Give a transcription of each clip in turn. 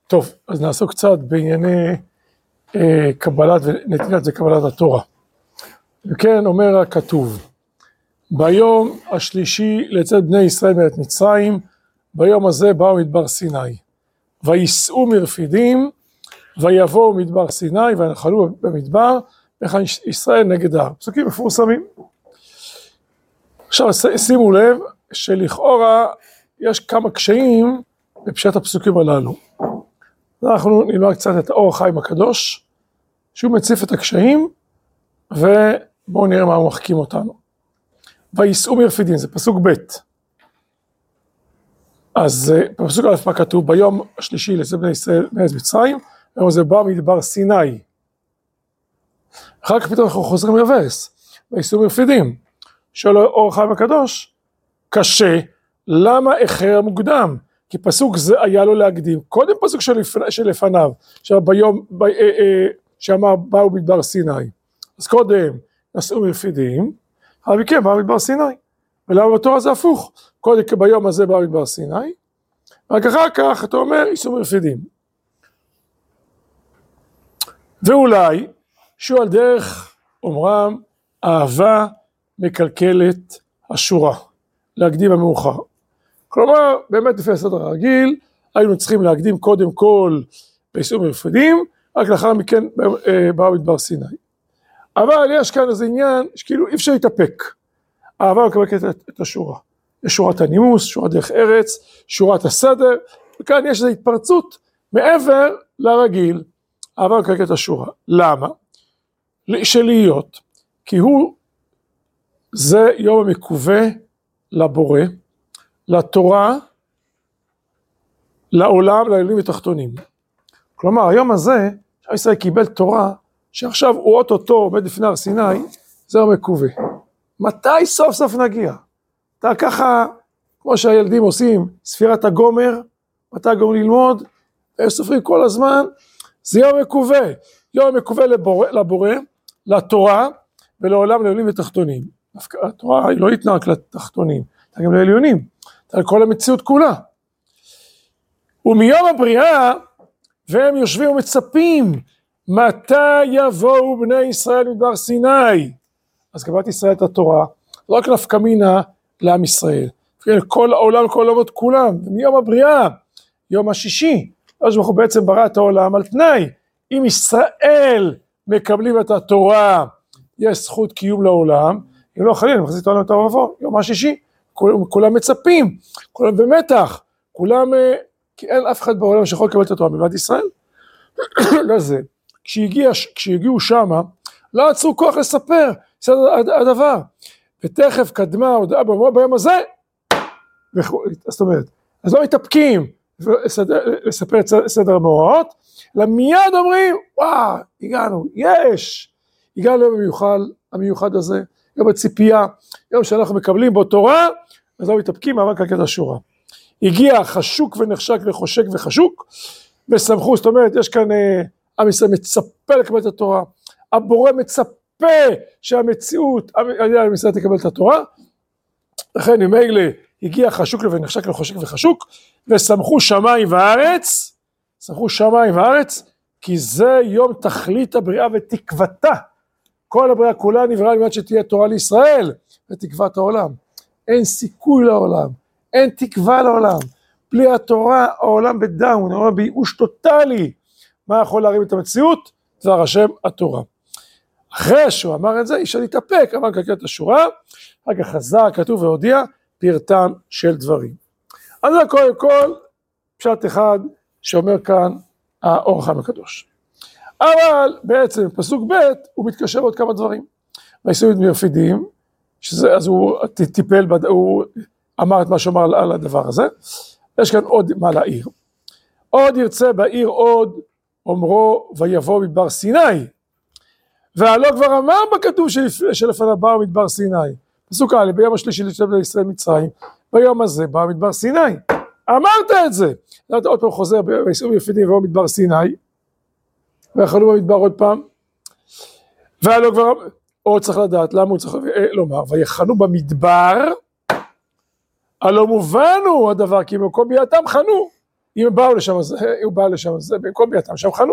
טוב, אז נעסוק קצת בענייני קבלת ונתינת וקבלת התורה. וכן אומר הכתוב, ביום השלישי לצאת בני ישראל מארץ מצרים, ביום הזה באו מדבר סיני, וייסעו מרפידים, ויבואו מדבר סיני, ונחלו במדבר, וכן ישראל נגד ההר. פסוקים מפורסמים. עכשיו שימו לב שלכאורה יש כמה קשיים בפשט הפסוקים הללו. אנחנו נלמד קצת את האור החיים הקדוש, שהוא מציף את הקשיים, ובואו נראה מה הוא מחכים אותנו. וייסעו מרפידים, זה פסוק ב'. אז בפסוק א' מה כתוב, ביום השלישי לצאת בני ישראל מארץ מצרים, היום זה בא מדבר סיני. אחר כך פתאום אנחנו חוזרים לוורס, וייסעו מרפידים. שואל האור החיים הקדוש, קשה, למה אחר מוקדם? כי פסוק זה היה לו להקדים, קודם פסוק שלפניו, ביום שאמר באו מדבר סיני, אז קודם נסעו מרפידים, אבל כן באו מדבר סיני, ולמה בתורה זה הפוך, קודם ביום הזה באו מדבר סיני, רק אחר כך אתה אומר ייסעו מרפידים. ואולי שהוא על דרך אומרם אהבה מקלקלת השורה, להקדים המאוחר. כלומר, באמת לפי הסדר הרגיל, היינו צריכים להקדים קודם כל וייסעו מרפידים, רק לאחר מכן באו מדבר סיני. אבל יש כאן איזה עניין שכאילו אי אפשר להתאפק. אהבה מקלקלת את השורה. יש שורת הנימוס, שורת דרך ארץ, שורת הסדר, וכאן יש איזו התפרצות מעבר לרגיל. אהבה מקלקלת את השורה. למה? שלהיות, כי זה יום המקווה לבורא, לתורה, לעולם, לעליונים ותחתונים. כלומר, היום הזה, ישראל קיבל תורה, שעכשיו הוא אוטוטו עומד לפני הר סיני, זה המקווה. מתי סוף סוף נגיע? אתה ככה, כמו שהילדים עושים, ספירת הגומר, מתי גומר ללמוד, הם סופרים כל הזמן, זה יום מקווה. יום מקווה לבורא, לתורה, ולעולם, לעליונים ותחתונים. התורה היא לא ניתנה רק לתחתונים, אתה גם לעליונים, אתה על כל המציאות כולה. ומיום הבריאה, והם יושבים ומצפים, מתי יבואו בני ישראל מדבר סיני? אז קבלת ישראל את התורה, לא רק נפקא מינה לעם ישראל, כל העולם, כל העולמות כולם, ומיום הבריאה, יום השישי, אז אנחנו בעצם ברא את העולם על תנאי, אם ישראל מקבלים את התורה, יש זכות קיום לעולם, אם לא חלילה, מחזית העולם את הערבו, יום השישי, כולם מצפים, כולם במתח, כולם, כי אין אף אחד בעולם שיכול לקבל את התורה מלבד ישראל, לא זה, כשהגיעו שמה, לא עצרו כוח לספר, זה הדבר, ותכף קדמה הודעה ביום הזה, זאת אומרת, אז לא מתאפקים, לספר את סדר המאורעות, אלא מיד אומרים, וואו, הגענו, הגענו ליום המיוחד הזה, יום הציפייה, יום שאנחנו מקבלים בו תורה, אז לא מתאפקים, אבל כלכת השורה. הגיע חשוק ונחשק וחושק וחשוק, ושמחו, זאת אומרת, יש כאן, עם ישראל מצפה לקבל את התורה, הבורא מצפה שהמציאות, עם ישראל תקבל את התורה, לכן ממילא הגיע חשוק ונחשק וחושק וחשוק, ושמחו שמיים וארץ, כי זה יום תכלית הבריאה ותקוותה, כל הבריאה כולה נבראה למעט שתהיה תורה לישראל, ותקוות העולם. אין סיכוי לעולם, אין תקווה לעולם. בלי התורה, העולם בדאון, העולם בייאוש טוטלי. מה יכול להרים את המציאות? דבר השם, התורה. אחרי שהוא אמר את זה, אישה להתאפק, אמר כלכלת את השורה, רק חזר, כתוב והודיע, פרטם של דברים. אז זה קודם כל, פשט אחד שאומר כאן, האור החיים הקדוש. אבל בעצם פסוק ב' הוא מתקשר עוד כמה דברים. וייסעו מרפידים, אז הוא טיפל, הוא אמר את מה שאומר על הדבר הזה. יש כאן עוד מה לעיר. עוד ירצה בעיר עוד, אומרו ויבוא מדבר סיני. והלא כבר אמר בכתוב שלפניו באו מדבר סיני. פסוק א', ביום השלישי לצאת בני ישראל מצרים, ביום הזה בא מדבר סיני. אמרת את זה. אתה עוד פעם חוזר, וייסעו מרפידים ויבוא מדבר סיני. ואכלו במדבר עוד פעם, והלא כבר, עוד צריך לדעת, למה הוא צריך לומר, ויחנו במדבר, הלא מובנו הדבר, כי במקום ביאתם חנו, אם הם באו לשם הזה, הוא בא לשם הזה, במקום ביתם שם חנו.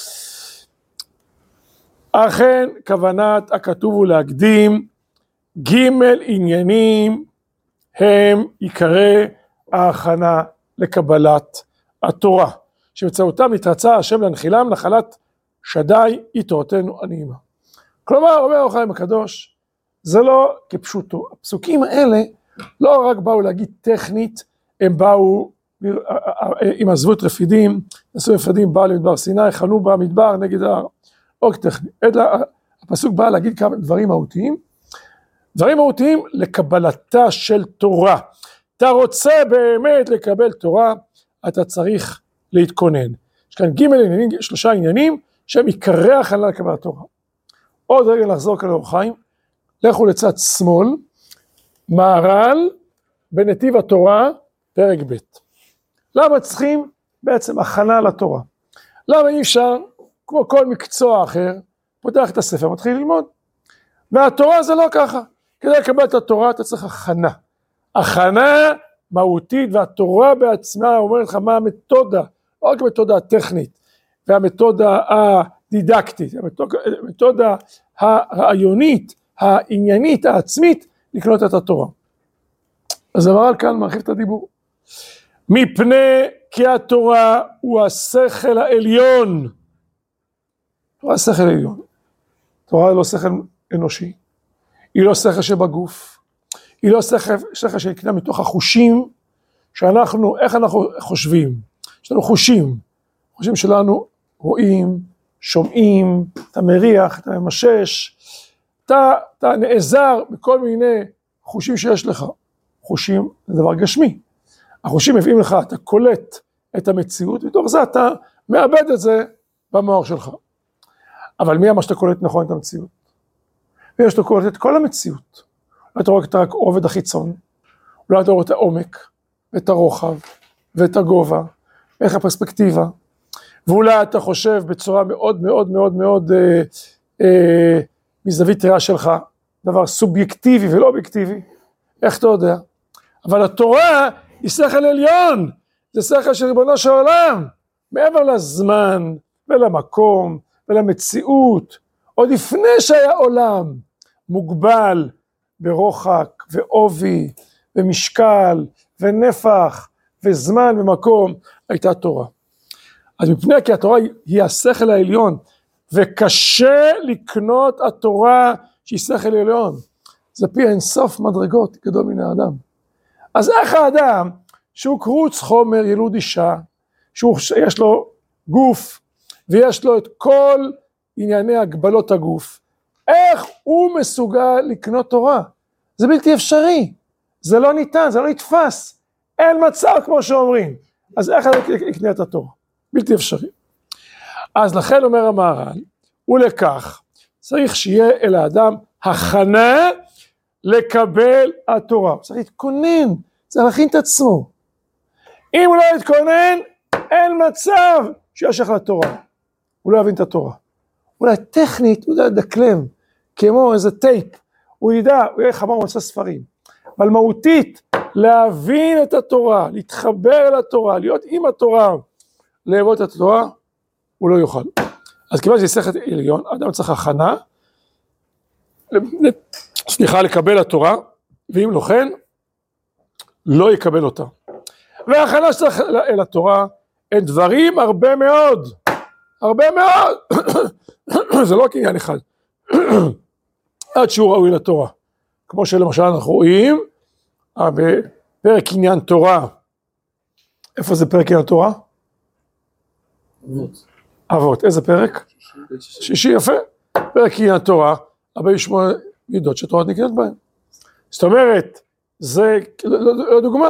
אכן כוונת הכתוב הוא להקדים ג' עניינים הם עיקרי ההכנה לקבלת התורה, שבצעותם התרצה השם להנחילם נחלת שדי היא תורתנו הנעימה. כלומר, אומר אור החיים הקדוש, זה לא כפשוטו. הפסוקים האלה לא רק באו להגיד טכנית, הם באו, אם עזבו את רפידים, נסו רפידים, באו למדבר סיני, חנו במדבר נגד ההר, לא טכני. הפסוק בא להגיד כמה דברים מהותיים, דברים מהותיים לקבלתה של תורה. אתה רוצה באמת לקבל תורה, אתה צריך להתכונן. יש כאן ג' עניינים, 3 עניינים, שהם עיקרי הכנה לקבלת תורה. עוד רגע נחזור כאן לאור חיים, לכו לצד שמאל, מהר"ל בנתיב התורה, פרק ב'. למה צריכים בעצם הכנה לתורה? למה אי אפשר, כמו כל מקצוע אחר, פותח את הספר, מתחיל ללמוד. והתורה זה לא ככה. כדי לקבל את התורה אתה צריך הכנה. הכנה מהותית, והתורה בעצמה אומרת לך מה המתודה, לא רק המתודה הטכנית, והמתודה הדידקטית, המתודה הרעיונית, העניינית, העצמית, לקנות את התורה. אז המהר"ל כאן מרחיב את הדיבור. מפני כי התורה הוא השכל העליון. הוא השכל העליון. התורה היא לא שכל אנושי, היא לא שכל שבגוף, היא לא שכל שנקנה מתוך החושים, שאנחנו, איך אנחנו חושבים? יש לנו חושים, חושים שלנו רואים, שומעים, אתה מריח, אתה ממשש, אתה נעזר בכל מיני חושים שיש לך. חושים זה דבר גשמי. החושים מביאים לך, אתה קולט את המציאות, מתוך זה אתה מאבד את זה במוח שלך. אבל מי אמר שאתה קולט נכון את המציאות? ויש שאתה קולט את כל המציאות. אולי אתה רואה רק עובד החיצון, אולי אתה רואה את העומק, ואת הרוחב, ואת הגובה, ואיך הפרספקטיבה, ואולי אתה חושב בצורה מאוד מאוד מאוד מאוד מזווית ראייה שלך, דבר סובייקטיבי ולא אובייקטיבי, איך אתה יודע? אבל התורה היא שכל עליון, זה שכל של ריבונו של עולם, מעבר לזמן ולמקום ולמציאות, עוד לפני שהיה עולם מוגבל ברוחק ועובי ומשקל ונפח וזמן ומקום, הייתה תורה. אז מפני כי התורה היא השכל העליון, וקשה לקנות התורה שהיא שכל עליון. זה פי אינסוף מדרגות גדול מן האדם. אז איך האדם שהוא קרוץ חומר ילוד אישה, שיש לו גוף ויש לו את כל ענייני הגבלות הגוף, איך הוא מסוגל לקנות תורה? זה בלתי אפשרי, זה לא ניתן, זה לא נתפס, אין מצב כמו שאומרים. אז איך יקנה את התורה? בלתי אפשרי. אז לכן אומר המהר"ל, ולכך צריך שיהיה אל האדם הכנה לקבל התורה. צריך להתכונן, צריך להכין את עצמו. אם הוא לא יתכונן, אין מצב שישך לתורה. הוא לא יבין את התורה. אולי טכנית, הוא יודע לדקלם, כמו איזה טייפ, הוא ידע, הוא יהיה חמור מוצא ספרים. אבל מהותית, להבין את התורה, להתחבר אל התורה, להיות עם התורה, לאהוב את התורה, הוא לא יוכל. אז כיוון שזה שכל עליון, אדם צריך הכנה, לקבל התורה, ואם לא כן, לא יקבל אותה. וההכנה שצריך אל התורה, הם דברים הרבה מאוד, הרבה מאוד, זה לא כעניין אחד, עד שהוא ראוי לתורה. כמו שלמשל אנחנו רואים, בפרק עניין תורה, איפה זה פרק עניין תורה? אבות, איזה פרק? שישי, יפה. פרק עניין תורה, 48 מידות שתורה נקראת בהן. זאת אומרת, זה לא דוגמה.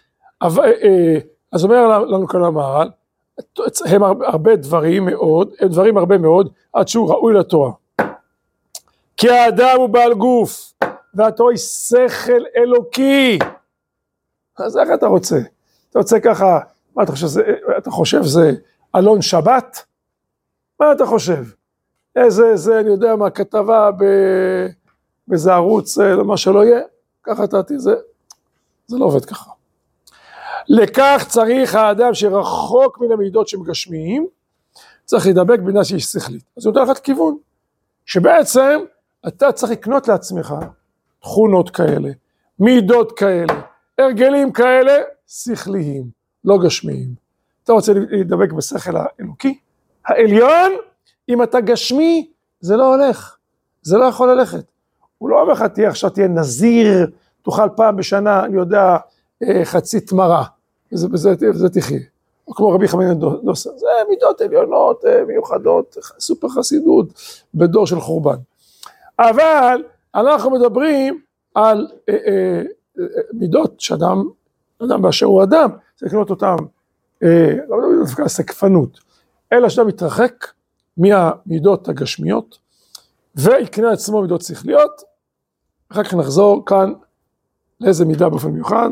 אז אומר לנו כאן המהר"ל, הם הרבה דברים מאוד, הם דברים הרבה מאוד, עד שהוא ראוי לתורה. כי האדם הוא בעל גוף, והתורה היא שכל אלוקי. אז איך אתה רוצה? אתה רוצה ככה, מה אתה חושב? אתה חושב זה אלון שבת? מה אתה חושב? זה, אני יודע מה, כתבה באיזה ערוץ, מה שלא יהיה, ככה זה לא עובד ככה. לכך צריך האדם שרחוק מן המידות שמגשמיים, צריך להידבק בנפש שכלית. אז הוא נותן לך כיוון, שבעצם אתה צריך לקנות לעצמך תכונות כאלה, מידות כאלה, הרגלים כאלה, שכליים, לא גשמיים. אתה רוצה להידבק בשכל האלוקי, העליון, אם אתה גשמי, זה לא הולך, זה לא יכול ללכת. הוא לא אומר לך, עכשיו תהיה נזיר, תאכל פעם בשנה, אני יודע, חצי תמרה, וזה תחיה. או כמו רבי חמינא דוסא, זה מידות עליונות, מיוחדות, סופר חסידות, בדור של חורבן. אבל אנחנו מדברים על מידות שאדם באשר הוא אדם, צריך לקנות אותם, לא מדברים דווקא על סקפנות, אלא שאדם מתרחק מהמידות הגשמיות, ויקנה עצמו מידות שכליות, אחר כך נחזור כאן לאיזה מידה באופן מיוחד,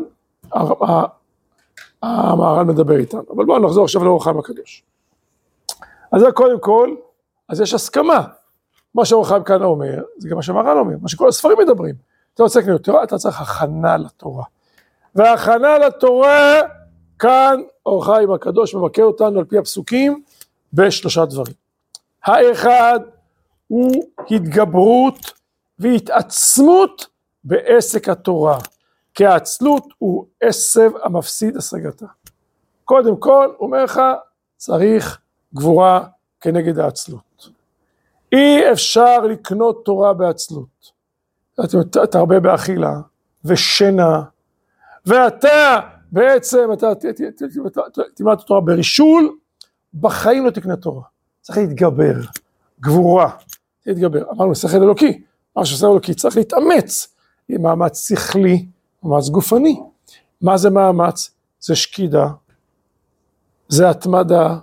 המהר"ל מדבר איתנו, אבל בואו נחזור עכשיו לאור החיים הקדוש. אז זה קודם כל, אז יש הסכמה, מה שאור החיים כאן אומר, זה גם מה שהמהר"ל אומר, מה שכל הספרים מדברים, אתה רוצה לקנות תורה, אתה צריך הכנה לתורה, וההכנה לתורה, כאן אור החיים הקדוש ממקד אותנו על פי הפסוקים, בשלושה דברים. האחד הוא התגברות והתעצמות בעסק התורה, כי העצלות הוא עשב המפסיד השגתה. קודם כל, אומר לך, צריך גבורה כנגד העצלות. אי אפשר לקנות תורה בעצלות. אתה הרבה באכילה ושינה, ואתה בעצם, אתה תלמד תורה ברישול, בחיים לא תקנה תורה. צריך להתגבר, גבורה, להתגבר. אמרנו, שכל אלוקי, אמרנו ששכל אלוקי צריך להתאמץ, עם מאמץ שכלי, מאמץ גופני. מה זה מאמץ? זה שקידה, זה התמדה,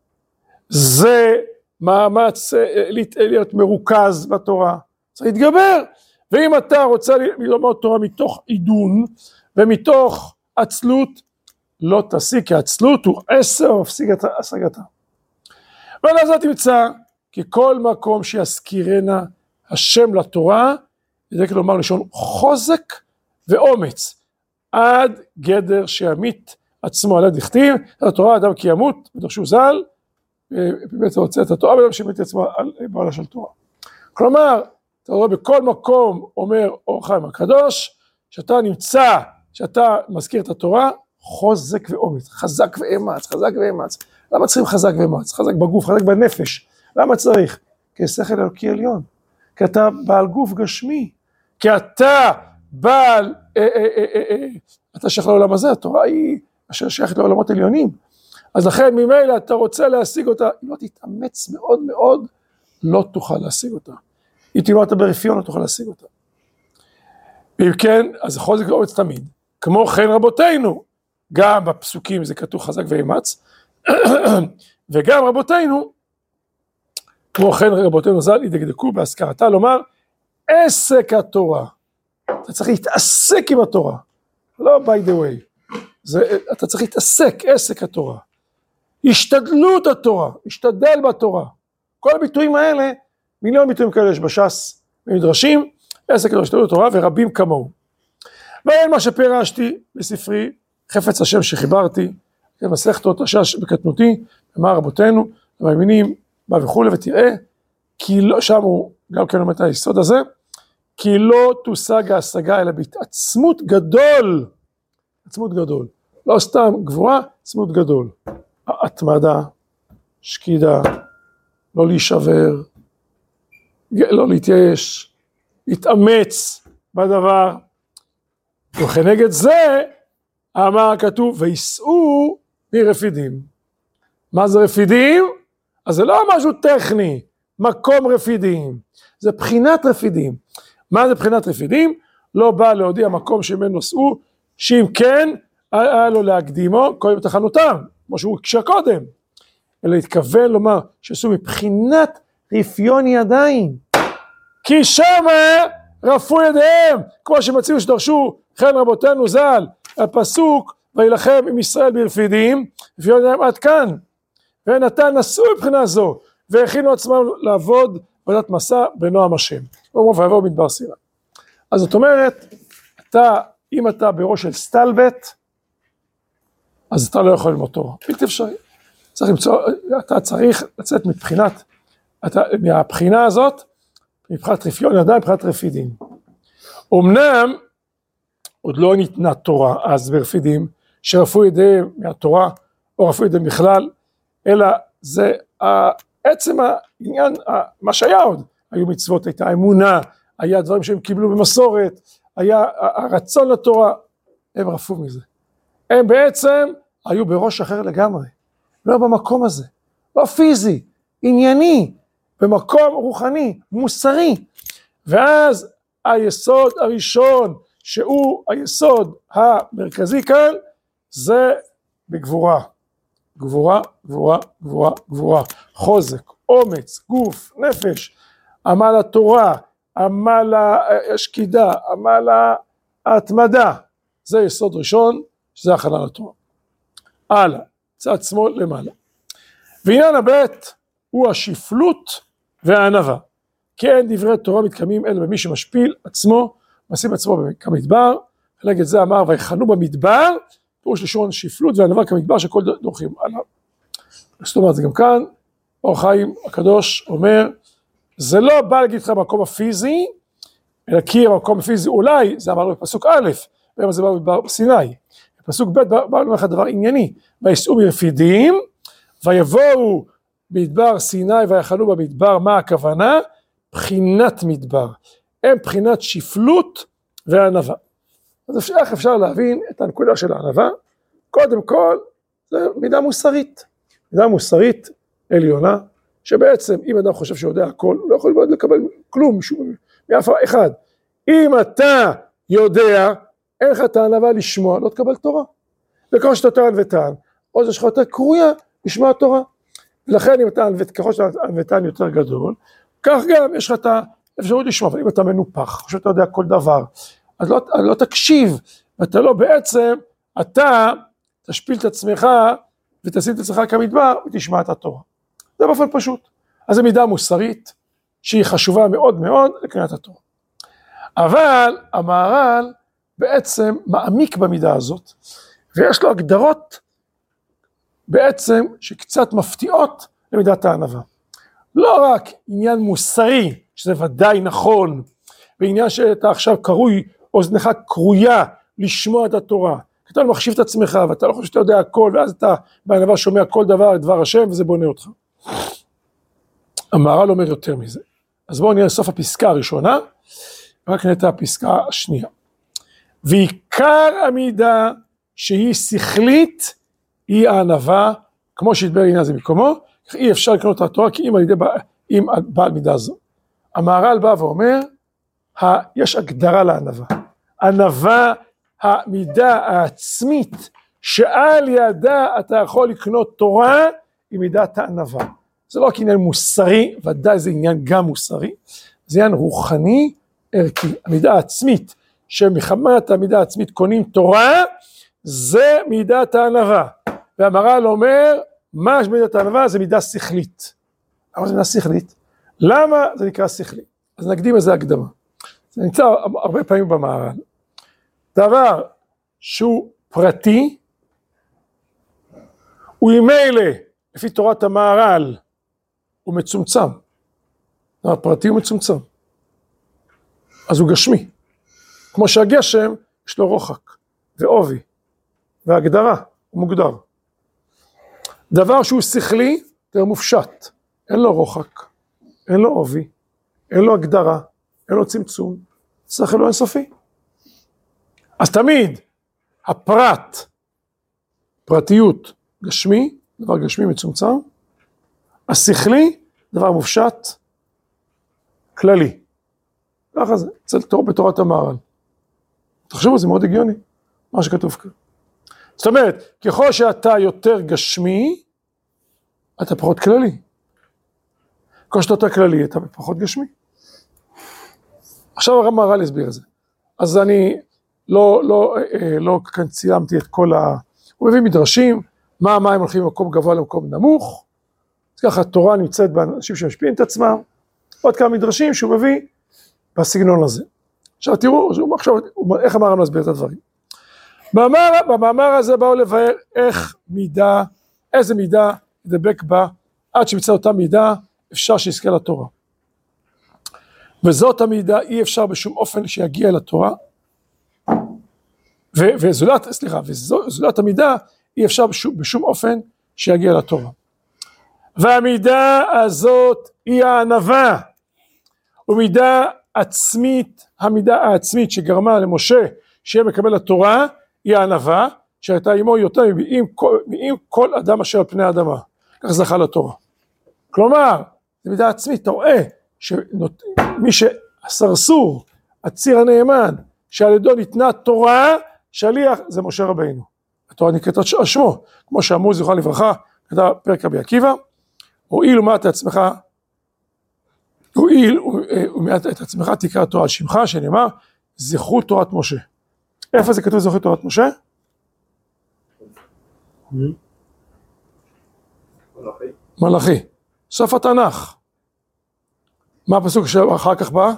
זה מאמץ להיות מרוכז בתורה, צריך להתגבר. ואם אתה רוצה ללמוד תורה מתוך עידון, ומתוך עצלות, לא תשיג, כי עצלות הוא עשר מפסיק השגתה. ולזה תמצא, כי כל מקום שיזכירנה השם לתורה, זה כלומר לשון חוזק ואומץ, עד גדר שימית עצמו על יד דכתיב, התורה אדם כי ימות, ודרשו ז"ל, באמת רוצה את התורה, ואדם שימית עצמו על בעלה של תורה. כלומר, אתה רואה בכל מקום, אומר אור החיים הקדוש, שאתה נמצא, שאתה מזכיר את התורה, חוזק ואומץ, חזק ואמץ, חזק ואמץ. למה צריכים חזק ואמץ? חזק בגוף, חזק בנפש. למה צריך? כי שכל אלוקי עליון. כי אתה בעל גוף גשמי. כי אתה בעל, אתה שייך לעולם הזה, התורה היא אשר שייכת לעולמות עליונים. אז לכן ממילא אתה רוצה להשיג אותה, אם לא תתאמץ מאוד מאוד, לא תוכל להשיג אותה. אם תלמד אותה ברפיון, לא תוכל להשיג אותה. ואם כן, אז חוזק ואומץ תמיד. כמו כן רבותינו, גם בפסוקים זה כתוב חזק ואמץ, וגם רבותינו, כמו כן רבותינו ז"ל, ידקדקו בהזכרתה, לומר, עסק התורה. אתה צריך להתעסק עם התורה, לא by the way. אתה צריך להתעסק, עסק התורה. השתדלות התורה, השתדל בתורה. כל הביטויים האלה, מיליון ביטויים כאלה יש בש"ס, במדרשים, עסק התורה, השתדלות התורה, ורבים כמוהו. ואין מה שפירשתי בספרי, חפץ השם שחיברתי, מסכתות הש"ס בקטנותי, אמר רבותינו, המאמינים, בא וכולי ותראה, כי לא, שם הוא גם כן אומר את היסוד הזה, כי לא תושג ההשגה אלא בהתעצמות גדול, עצמות גדול, לא סתם גבורה, עצמות גדול, התמדה, שקידה, לא להישבר, לא להתייאש, להתאמץ בדבר, וכנגד זה, אמר כתוב, ויסעו מרפידים. מה זה רפידים? אז זה לא משהו טכני, מקום רפידים, זה בחינת רפידים. מה זה בחינת רפידים? לא בא להודיע מקום שממנו סעו, שאם כן, היה לו להקדימו, קודם תחנותם, כמו שהוא הקשה קודם, אלא התכוון לומר, שעשו מבחינת רפיון ידיים, כי שמה רפו ידיהם, כמו שמציעו שדרשו, כן רבותינו ז"ל, הפסוק, וילחם עם ישראל ברפידים, רפיון ידיים עד כאן, ונתן נשאו מבחינה זו, והכינו עצמם לעבוד עבודת מסע בנועם השם. ויבואו מדבר סיני. אז זאת אומרת, אם אתה בראש של סטלבט, אז אתה לא יכול ללמוד תורה, בלתי אפשרי. אתה צריך לצאת מהבחינה הזאת, מבחינת רפיון ידיים, מבחינת רפידים. אמנם, עוד לא ניתנה תורה אז ברפידים, שרפו ידיהם מהתורה, או רפו ידיהם בכלל, אלא זה עצם העניין, מה שהיה עוד, היו מצוות, הייתה אמונה, היה דברים שהם קיבלו במסורת, היה הרצון לתורה, הם רפו מזה. הם בעצם היו בראש אחר לגמרי, לא במקום הזה, לא פיזי, ענייני, במקום רוחני, מוסרי. ואז היסוד הראשון, שהוא היסוד המרכזי כאן, זה בגבורה. גבורה, גבורה, גבורה, גבורה. חוזק, אומץ, גוף, נפש, עמל התורה, עמל השקידה, עמל ההתמדה. זה יסוד ראשון, שזה הכנה לתורה. הלאה, צד שמאל למעלה. ועניין הבית הוא השפלות והענווה. כי אין דברי תורה מתקיימים אלא במי שמשפיל עצמו, משים עצמו כמדבר, נגד זה אמר ויחנו במדבר, פירוש לשון שפלות וענווה כמדבר שכל דורכים עליו. זאת אומרת, זה גם כאן, אור חיים הקדוש אומר, זה לא בא להגיד לך המקום הפיזי, אלא כי המקום הפיזי אולי, זה אמרנו בפסוק א', ומה זה בא במדבר סיני. בפסוק ב' בא לך דבר ענייני, ויסעו מרפידים, ויבואו מדבר סיני ויחנו במדבר, מה הכוונה? בחינת מדבר, הם בחינת שפלות וענווה. אז איך אפשר להבין את הנקודה של הענווה? קודם כל, זה מידה מוסרית. מידה מוסרית עליונה, שבעצם אם אדם חושב שהוא יודע הכל, הוא לא יכול לקבל כלום מאף אחד. אם אתה יודע, אין לך את הענווה לשמוע, לא תקבל תורה. וככל שאתה יותר ענוותן, או יש לך יותר קרויה לשמוע תורה. ולכן אם אתה ככל שאתה ענוותן יותר גדול, כך גם יש לך את האפשרות לשמוע, אבל אם אתה מנופח, או שאתה יודע כל דבר, אז לא תקשיב, ואתה לא בעצם, אתה תשפיל את עצמך, ותשים את עצמך כמדבר, ותשמע את התורה. זה באופן פשוט. אז זו מידה מוסרית, שהיא חשובה מאוד מאוד לקריאת התורה. אבל המהר"ל בעצם מעמיק במידה הזאת, ויש לו הגדרות בעצם שקצת מפתיעות למידת הענווה. לא רק עניין מוסרי, שזה ודאי נכון, בעניין שאתה עכשיו קרוי, אוזנך קרויה לשמוע את התורה, כי אתה לא מחשיב את עצמך, ואתה לא חושב שאתה יודע הכל, ואז אתה בענווה שומע כל דבר, את דבר השם, וזה בונה אותך. המהר"ל אומר יותר מזה. אז בואו נראה לסוף הפסקה הראשונה, רק נראה את הפסקה השנייה. ועיקר המידה שהיא שכלית, היא הענווה, כמו שהתבר עניין זה מקומו, אי אפשר לקנות את התורה, כי אם בעל מידה זו. המהר"ל בא ואומר, יש הגדרה לענווה. ענווה, המידה העצמית, שעל ידה אתה יכול לקנות תורה, היא מידת הענווה. זה לא רק עניין מוסרי, ודאי זה עניין גם מוסרי, זה עניין רוחני, ערכי. המידה העצמית, שמחמת המידה העצמית קונים תורה, זה מידת הענווה. והמהר"ל אומר, מה מידת הענווה? זה מידה שכלית. למה זה מידה שכלית? למה זה נקרא שכלי? אז נקדים איזה הקדמה. זה נמצא הרבה פעמים במהר"ל. דבר שהוא פרטי, הוא ממילא, לפי תורת המהר"ל, הוא מצומצם. הפרטי הוא מצומצם. אז הוא גשמי. כמו שהגשם, יש לו רוחק, ועובי, והגדרה, הוא מוגדר. דבר שהוא שכלי, יותר מופשט. אין לו רוחק, אין לו עובי, אין לו הגדרה, אין לו צמצום, שכל לא אינסופי. אז תמיד הפרט, פרטיות גשמי, דבר גשמי מצומצם, השכלי, דבר מופשט, כללי. ככה זה, בתורת המהר"ל. תחשבו, זה מאוד הגיוני, מה שכתוב כאן. זאת אומרת, ככל שאתה יותר גשמי, אתה פחות כללי. ככל שאתה יותר כללי, אתה פחות גשמי. עכשיו הרב מהר"ל הסביר את זה. אז אני לא כאן ציימתי את כל הוא מביא מדרשים, מה הם הולכים ממקום גבוה למקום נמוך, אז ככה התורה נמצאת באנשים שמשפיעים את עצמם, עוד כמה מדרשים שהוא מביא בסגנון הזה. עכשיו תראו, איך המהר"ל מסביר את הדברים. במאמר הזה באו לבאר איזה מידה ידבק בה, עד שמצא אותה מידה אפשר שיזכה לתורה. וזאת המידה אי אפשר בשום אופן שיגיע לתורה, וזולת המידה אי אפשר בשום אופן שיגיע לתורה. והמידה הזאת היא הענווה, ומידה עצמית, המידה העצמית שגרמה למשה שיהיה מקבל לתורה, היא הענווה, שהייתה עמו יותר עם כל אדם אשר על פני האדמה, כך זכה לתורה. כלומר, זו מידה עצמית, אתה רואה שמי שהסרסור, הציר הנאמן, שעל ידו ניתנה תורה, שליח, זה משה רבינו. התורה נקראת על שמו, כמו שאמרו זכרם לברכה, כתב פרק רבי עקיבא, הואיל ומעט את עצמך תקרא תורה על שמך, שנאמר, זכרו תורת משה. איפה זה כתוב זכרו תורת משה? מלאכי. סוף התנ"ך. מה הפסוק שאחר כך בא?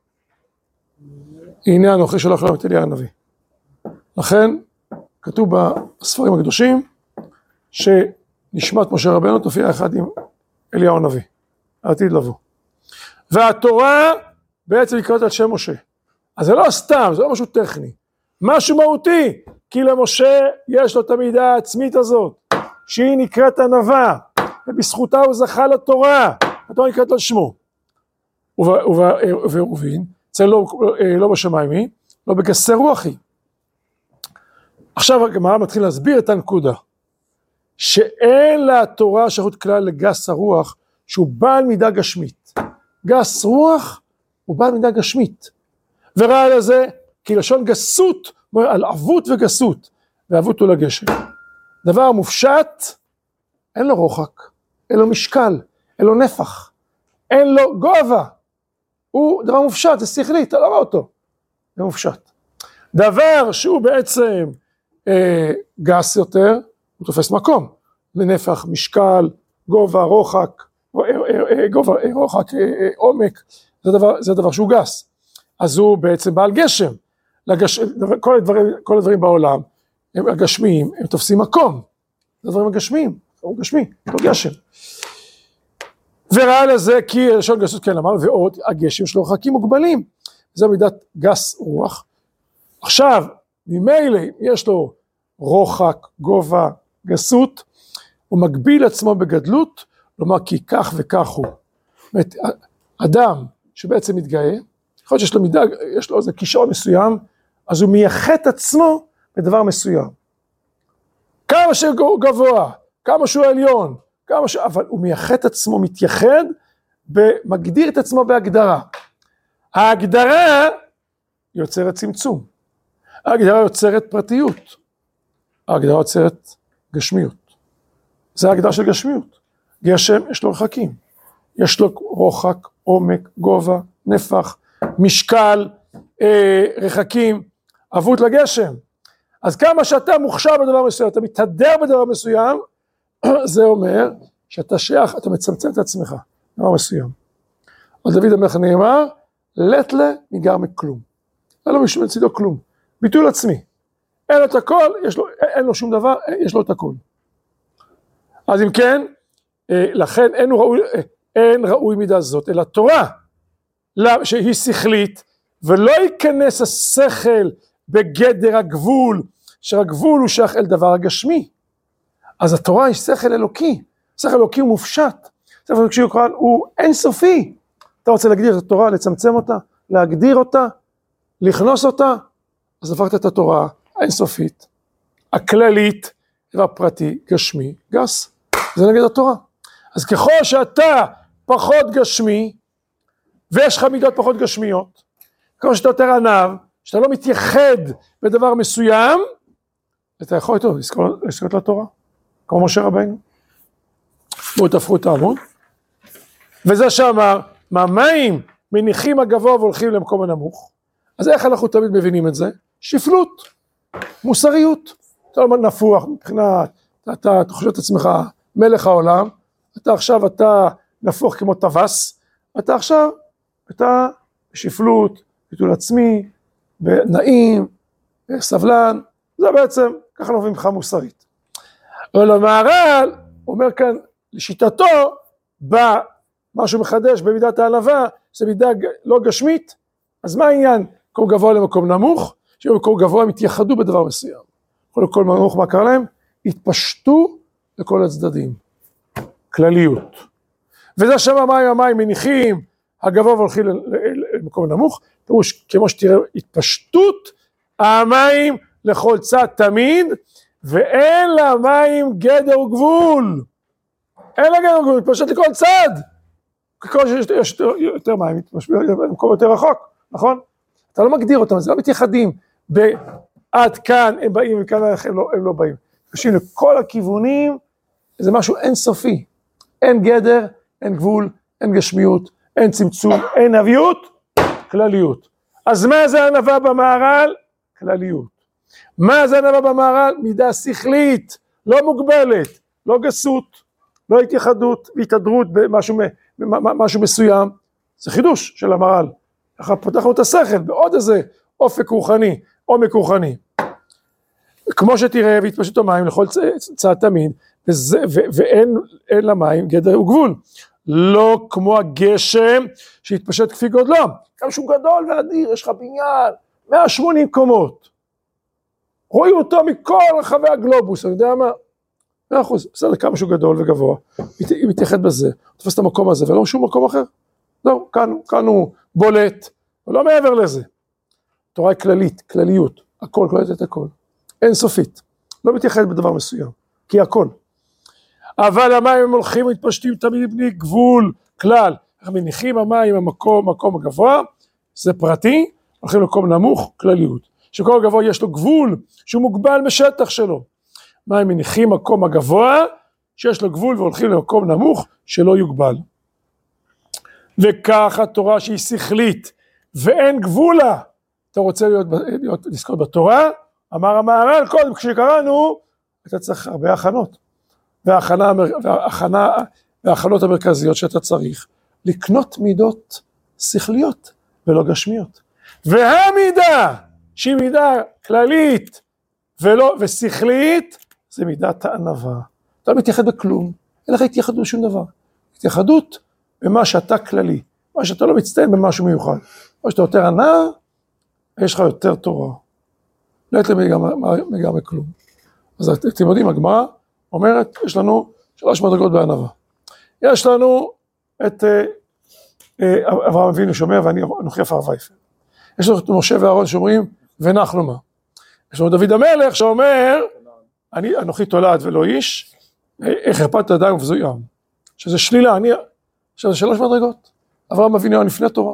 הנה אנוכי שולח לכם את אליה הנביא. לכן כתוב בספרים הקדושים שנשמת משה רבנו תופיע יחד עם אליהו הנביא, העתיד לבוא. והתורה בעצם נקראת על שם משה. אז זה לא סתם, זה לא משהו טכני, משהו מהותי, כי למשה יש לו את המידה העצמית הזאת, שהיא נקראת ענווה, ובזכותה הוא זכה לתורה, התורה נקראת על שמו. ורובין, זה לא בשמיים היא, לא בגסי רוח היא. עכשיו הגמרא מתחיל להסביר את הנקודה, שאין לתורה שייכות כלל לגס הרוח, שהוא בעל מידה גשמית. גס רוח הוא בעל מידה גשמית. וראה לזה, כי לשון גסות, על עבות וגסות, ועבות הוא לגשם. דבר מופשט, אין לו רוחק, אין לו משקל, אין לו נפח, אין לו גובה. הוא דבר מופשט, זה שכלי, אתה לא רואה אותו. זה מופשט. דבר שהוא בעצם גס יותר, הוא תופס מקום. לנפח, משקל, גובה, רוחק, עומק, זה דבר שהוא גס. אז הוא בעצם בעל גשם. כל הדברים בעולם, הם הגשמיים, הם תופסים מקום. זה דברים הגשמיים, הוא גשמי, הוא גשם. וראה לזה כי לשון גסות כן אמר, ועוד הגשם שלו רחקים מוגבלים. זה מידת גס רוח. עכשיו, ממילא יש לו רוחק, גובה, גסות, הוא מגביל עצמו בגדלות, לומר כי כך וכך הוא. זאת אומרת, אדם שבעצם מתגאה, יכול להיות שיש לו מידה, יש לו איזה כישרון מסוים, אז הוא מייחד עצמו בדבר מסוים. כמה שהוא גבוה, כמה שהוא עליון, אבל הוא מייחד עצמו, מתייחד, ומגדיר את עצמו בהגדרה. ההגדרה יוצרת צמצום. ההגדרה יוצרת פרטיות. ההגדרה יוצרת גשמיות. זה ההגדרה של גשמיות. גשם יש לו רחקים. יש לו רוחק, עומק, גובה, נפח, משקל, רחקים, עבות לגשם. אז כמה שאתה מוכשר בדבר מסוים, אתה מתהדר בדבר מסוים, זה אומר שאתה שייך, אתה מצמצם את עצמך, דבר מסוים. על דוד המלך נאמר, לטלה ניגר מכלום. אין לו משום מצידו כלום. ביטול עצמי. אין לו את הכל, אין לו שום דבר, יש לו את הכל. אז אם כן, לכן אין ראוי מידה זאת, אלא תורה, שהיא שכלית, ולא ייכנס השכל בגדר הגבול, שהגבול הוא שייך אל דבר הגשמי. אז התורה היא שכל אלוקי, שכל אלוקי הוא מופשט, שכל אלוקי הוא אינסופי. אתה רוצה להגדיר את התורה, לצמצם אותה, להגדיר אותה, לכנוס אותה, אז הפכת את התורה האינסופית, הכללית, דבר פרטי, גשמי, גס. זה נגד התורה. אז ככל שאתה פחות גשמי, ויש לך מידות פחות גשמיות, ככל שאתה יותר ענב, שאתה לא מתייחד בדבר מסוים, אתה יכול איתו לזכות לתורה, כמו משה רבינו. בואו תהפכו את העמוד. וזה שאמר, מהמים מניחים הגבוה והולכים למקום הנמוך. אז איך אנחנו תמיד מבינים את זה? שפלות, מוסריות. אתה לא נפוח מבחינת, אתה חושב את עצמך מלך העולם, אתה נפוח כמו טווס, אתה בשפלות, ביטול עצמי, נעים, סבלן, זה בעצם, ככה נובעים ממך מוסרית. אבל המהר"ל אומר כאן, לשיטתו, משהו מחדש במידת הענווה, זה מידה לא גשמית, אז מה העניין? מקום גבוה למקום נמוך, שבמקום גבוה הם התייחדו בדבר מסוים. כל נמוך מה קרה להם? התפשטו לכל הצדדים. כלליות. וזה שם המים מניחים, הגבוה והולכים למקום נמוך, פירוש כמו שתראה התפשטות, המים לכל צד תמיד, ואין למים גדר וגבול. אין לה גדר וגבול, מתפשט לכל צד. ככל שיש יותר מים, מתפשט למקום יותר רחוק, נכון? אתה לא מגדיר אותם, זה לא מתייחדים. עד כאן הם באים וכאן הם לא באים. חושבים לכל הכיוונים, זה משהו אינסופי. אין גדר, אין גבול, אין גשמיות, אין צמצום, אין נביות, כלליות. אז מה זה ענווה במהר"ל? כלליות. מה זה ענווה במהר"ל? מידה שכלית, לא מוגבלת, לא גסות, לא התייחדות והתהדרות במשהו מסוים. זה חידוש של המהר"ל. ככה פתחנו את השכל בעוד איזה אופק רוחני, עומק רוחני. כמו שתראה, והתפשט המים לכל צד תמיד, ואין למים גדר וגבול. לא כמו הגשם שהתפשט כפי גודלו. כמה שהוא גדול ואדיר, יש לך בניין, 180 קומות. רואים אותו מכל רחבי הגלובוס, אני יודע מה? 100%, בסדר, כמה שהוא גדול וגבוה, היא מתייחד בזה, תופס את המקום הזה, ולא שום מקום אחר. לא, כאן הוא בולט, ולא מעבר לזה. תורה היא כללית, כלליות, הכל, כוללת את הכל. אין סופית, לא מתייחד בדבר מסוים, כי הכל. אבל המים הם הולכים ומתפשטים תמיד בלי גבול, כלל. אנחנו מניחים המים המקום הגבוה, זה פרטי, הולכים למקום נמוך, כלליות. שכל הגבוה יש לו גבול, שהוא מוגבל בשטח שלו. מים מניחים מקום הגבוה, שיש לו גבול והולכים למקום נמוך, שלא יוגבל. וכך התורה שהיא שכלית, ואין גבולה. אתה רוצה לזכות בתורה? אמר המהר"ל, קודם כשקראנו, אתה צריך הרבה הכנות. וההכנות המרכזיות שאתה צריך, לקנות מידות שכליות ולא גשמיות. והמידה, שהיא מידה כללית ושכלית, זה מידת הענווה. אתה לא מתייחד בכלום, אין לך התייחדות בשום דבר. התייחדות במה שאתה כללי, מה שאתה לא מצטיין במשהו מיוחד. או שאתה יותר ענה, יש לך יותר תורה. לא הייתה מגע מכלום. אז אתם יודעים, הגמרא אומרת, יש לנו 3 מדרגות בענווה. יש לנו את אברהם אבינו שאומר, ואנוכי עפר ואפר. יש לנו את משה ואהרון שאומרים, ואנחנו מה. יש לנו דוד המלך שאומר, אנוכי תולד ולא איש, איך הרפדת ידיים ובזוי עם. שזה שלילה, שזה 3 מדרגות. אברהם אבינו היה לפני התורה.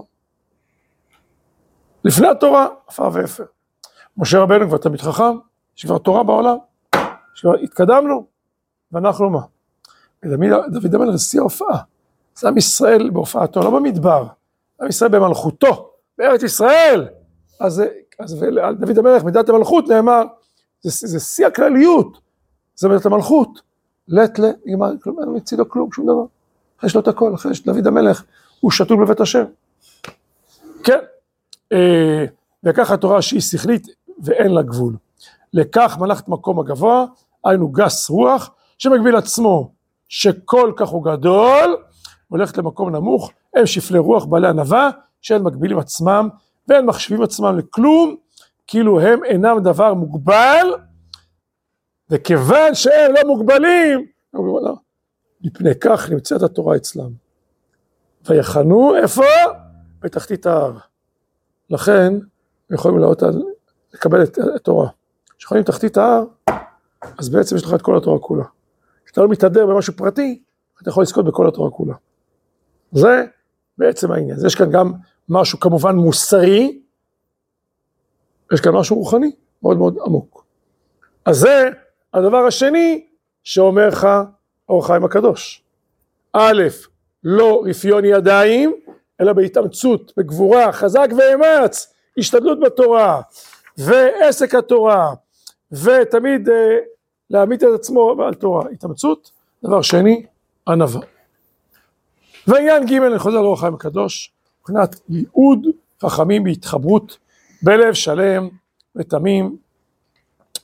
לפני התורה, עפר ואפר. משה רבנו כבר תמיד חכם, יש כבר תורה בעולם, שכבר התקדמנו, ואנחנו מה? דוד המלך זה שיא ההופעה, זה עם ישראל בהופעתו, לא במדבר, עם ישראל במלכותו, בארץ ישראל, אז על דוד המלך מידת המלכות נאמר, זה שיא הכלליות, זה מידת המלכות, לטלה, כלומר, אין מצידו כלום, שום דבר, אחרי שלו את הכל, אחרי שדוד המלך, הוא שתול בבית השם, כן, וכך התורה שהיא שכלית ואין לה גבול, לכך מלאכת מקום הגבוה, היינו גס רוח, שמגביל עצמו שכל כך הוא גדול, הולכת למקום נמוך, הם שפלי רוח בעלי ענווה, שהם מגבילים עצמם, והם מחשבים עצמם לכלום, כאילו הם אינם דבר מוגבל, וכיוון שהם לא מוגבלים, מפני כך נמצאת התורה אצלם. ויחנו איפה? בתחתית ההר. לכן, הם יכולים לקבל את התורה. כשיכולים תחתית ההר, אז בעצם יש לך את כל התורה כולה. כשאתה לא מתהדר במשהו פרטי, אתה יכול לזכות בכל התורה כולה. זה בעצם העניין. יש כאן גם משהו כמובן מוסרי, יש כאן משהו רוחני, מאוד מאוד עמוק. אז זה הדבר השני שאומר לך אור החיים הקדוש. א', לא רפיון ידיים, אלא בהתאמצות, בגבורה, חזק ואמץ, השתדלות בתורה, ועסק התורה, ותמיד להעמיד את עצמו על תורה, התאמצות. דבר שני, ענווה. ועניין ג' אני חוזר לאור החיים הקדוש, מבחינת ייעוד חכמים בהתחברות בלב שלם ותמים,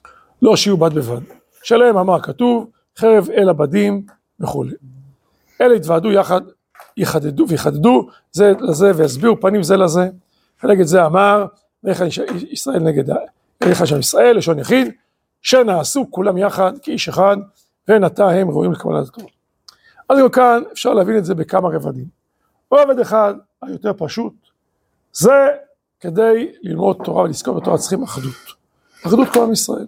לא שיהיו בד בבד. שלהם אמר כתוב, חרב אל הבדים וכו'. אלה התוועדו יחד, יחדדו ויחדדו זה לזה והסבירו פנים זה לזה. נגד זה אמר, ויחד ישראל נגד, ויחד שם ישראל, לשון יחיד, שנעשו כולם יחד כאיש אחד, ונטע הם ראויים לקבלת התורה. אז גם כאן אפשר להבין את זה בכמה רבדים. רובד אחד, היותר פשוט, זה כדי ללמוד תורה ולזכור בתורה צריכים אחדות. אחדות כל עם ישראל.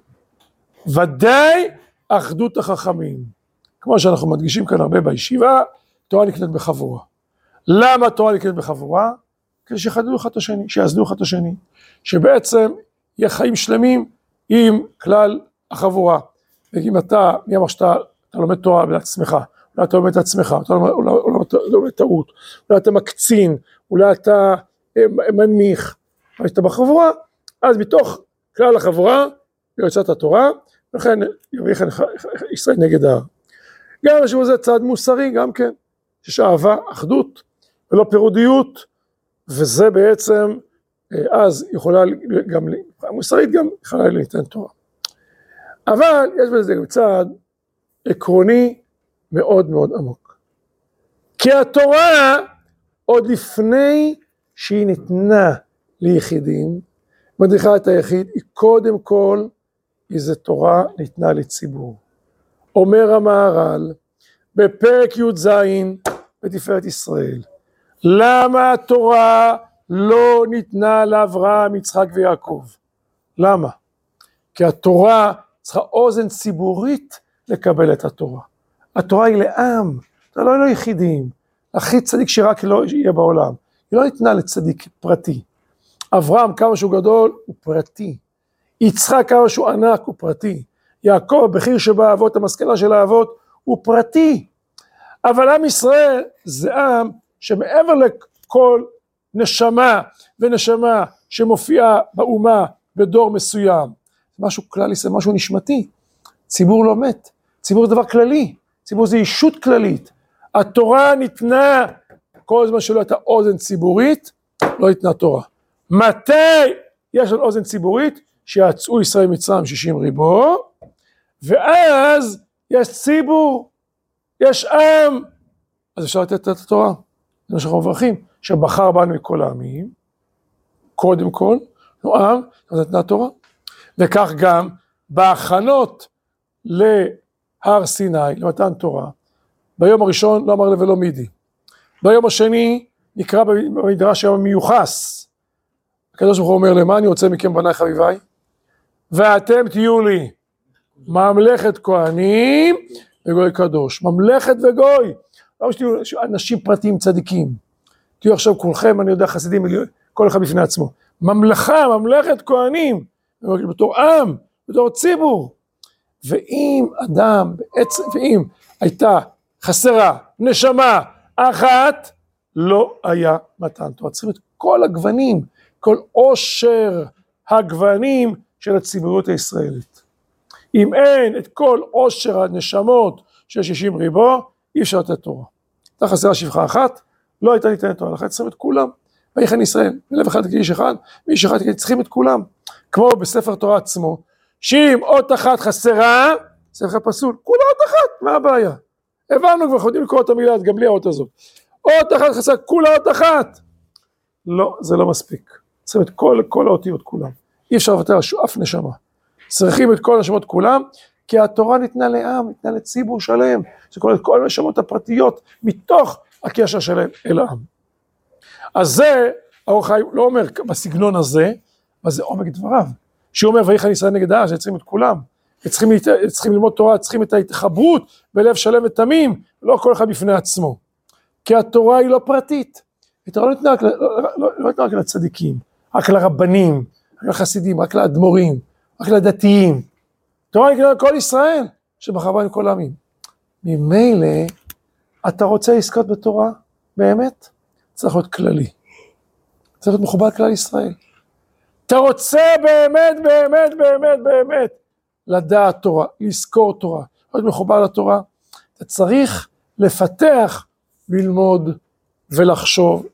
ודאי אחדות החכמים. כמו שאנחנו מדגישים כאן הרבה בישיבה, תורה נקנית בחבורה. למה תורה נקנית בחבורה? כדי שיחדדו אחד את השני, שיעזדו אחד את השני, שבעצם יהיה חיים שלמים עם כלל החבורה. ואם אתה, מי אמר שאתה לומד תורה לעצמך, אולי אתה לומד את עצמך, אתה לומד טעות, אולי אתה מקצין, אולי אתה מנמיך, אבל אתה בחבורה, אז מתוך כלל החבורה יוצאת התורה, ולכן יביך ישראל נגד ההר. גם משהו זה צעד מוסרי, גם כן, שיש אהבה, אחדות, ולא פירודיות, וזה בעצם, אז יכולה גם, מוסרית גם יכולה להתן תורה. אבל יש בזה גם צעד עקרוני מאוד מאוד עמוק. כי התורה, עוד לפני שהיא ניתנה ליחידים, מדריכה את היחיד, היא קודם כל, איזו תורה ניתנה לציבור. אומר המהר"ל, בפרק י"ז בתפארת ישראל, למה התורה לא ניתנה לאברהם, יצחק ויעקב? למה? כי התורה צריכה אוזן ציבורית לקבל את התורה. התורה היא לעם, זה לא ליחידים, הכי צדיק שרק לא יהיה בעולם. היא לא ניתנה לצדיק פרטי. אברהם כמה שהוא גדול הוא פרטי. יצחק כמה שהוא ענק הוא פרטי. יעקב הבכיר שבאבות, המסקנה של האבות הוא פרטי. אבל עם ישראל זה עם שמעבר לכל נשמה ונשמה שמופיעה באומה בדור מסוים, משהו כללי, זה משהו נשמתי. ציבור לא מת, ציבור זה דבר כללי, ציבור זה אישות כללית. התורה ניתנה, כל זמן שלא הייתה אוזן ציבורית, לא ניתנה תורה. מתי יש לנו אוזן ציבורית? שיצאו ישראל מצרים 60 ריבו, ואז יש ציבור, יש עם, אז אפשר לתת את התורה. זה מה שאנחנו מברכים, שבחר בנו מכל העמים, קודם כל, הוא עם, אז נתנה תורה. וכך גם בהכנות להר סיני, למתן תורה, ביום הראשון לא אמר לי ולא מידי. ביום השני נקרא במדרש היום מיוחס. הקדוש ברוך הוא אומר למה אני רוצה מכם בניי חביביי? ואתם תהיו לי ממלכת כהנים וגוי קדוש. ממלכת וגוי. לא שתהיו אנשים פרטיים צדיקים. תהיו עכשיו כולכם, אני יודע, חסידים, כל אחד בפני עצמו. ממלכה, ממלכת כהנים. בתור עם, בתור ציבור. ואם אדם בעצם, ואם הייתה חסרה נשמה אחת, לא היה מתן תורה. צריכים את כל הגוונים, כל עושר הגוונים של הציבוריות הישראלית. אם אין את כל עושר הנשמות של 60 ריבו, אי אפשר לתת תורה. הייתה חסרה שפחה אחת, לא הייתה ניתנת תורה, לכן צריכים את כולם. ויחן ישראל, בלב אחד כאיש אחד, ואיש אחד צריכים את כולם. כמו בספר תורה עצמו, שאם אות אחת חסרה, ספר פסול, כולה אות אחת, מה הבעיה? הבנו כבר, יודעים לקרוא את המילה, גם בלי האות הזאת. אות אחת חסרה, כולה אות אחת. לא, זה לא מספיק. צריכים את כל האותיות כולם. אי אפשר לוותר על אף נשמה. צריכים את כל הנשמות כולם, כי התורה ניתנה לעם, ניתנה לציבור שלם, שכולל את כל הנשמות הפרטיות, מתוך הקשר שלהם אל העם. אז זה, האור חיים לא אומר בסגנון הזה, אבל זה עומק דבריו. שהוא אומר, ויחן ישראל נגד ההר, שצריכים את כולם. צריכים ללמוד תורה, צריכים את ההתחברות בלב שלם ותמים, לא כל אחד בפני עצמו. כי התורה היא לא פרטית. התורה לא ניתנה רק לצדיקים, רק לרבנים, רק לחסידים, רק לאדמו"רים, רק לדתיים. התורה היא לכל ישראל, שבחר בנו כל העמים. ממילא, אתה רוצה לזכות בתורה? באמת? צריך להיות כללי. צריך להיות מחובר כלל ישראל. אתה רוצה באמת, באמת, באמת, באמת, לדעת תורה, לזכור תורה, להיות מחובר לתורה, אתה צריך לפתח, ללמוד ולחשוב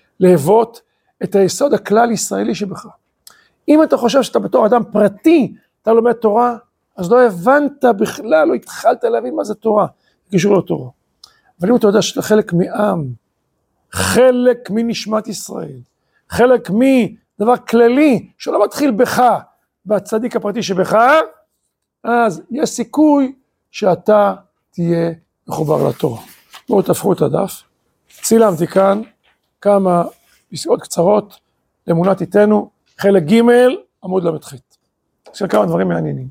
ולהבות את היסוד הכלל ישראלי שבך. אם אתה חושב שאתה בתור אדם פרטי, אתה לומד תורה, אז לא הבנת בכלל, לא התחלת להבין מה זה תורה, קישור לא תורה. אבל אם אתה יודע שאתה חלק מעם, חלק מנשמת ישראל, חלק מדבר כללי, שלא מתחיל בך, בצדיק הפרטי שבך, אז יש סיכוי שאתה תהיה מחובר לתורה. בואו תהפכו את הדף, צילמתי כאן כמה פסקאות קצרות, לאמונה תיתנו, חלק ג' עמוד ל"ח. עכשיו כמה דברים מעניינים.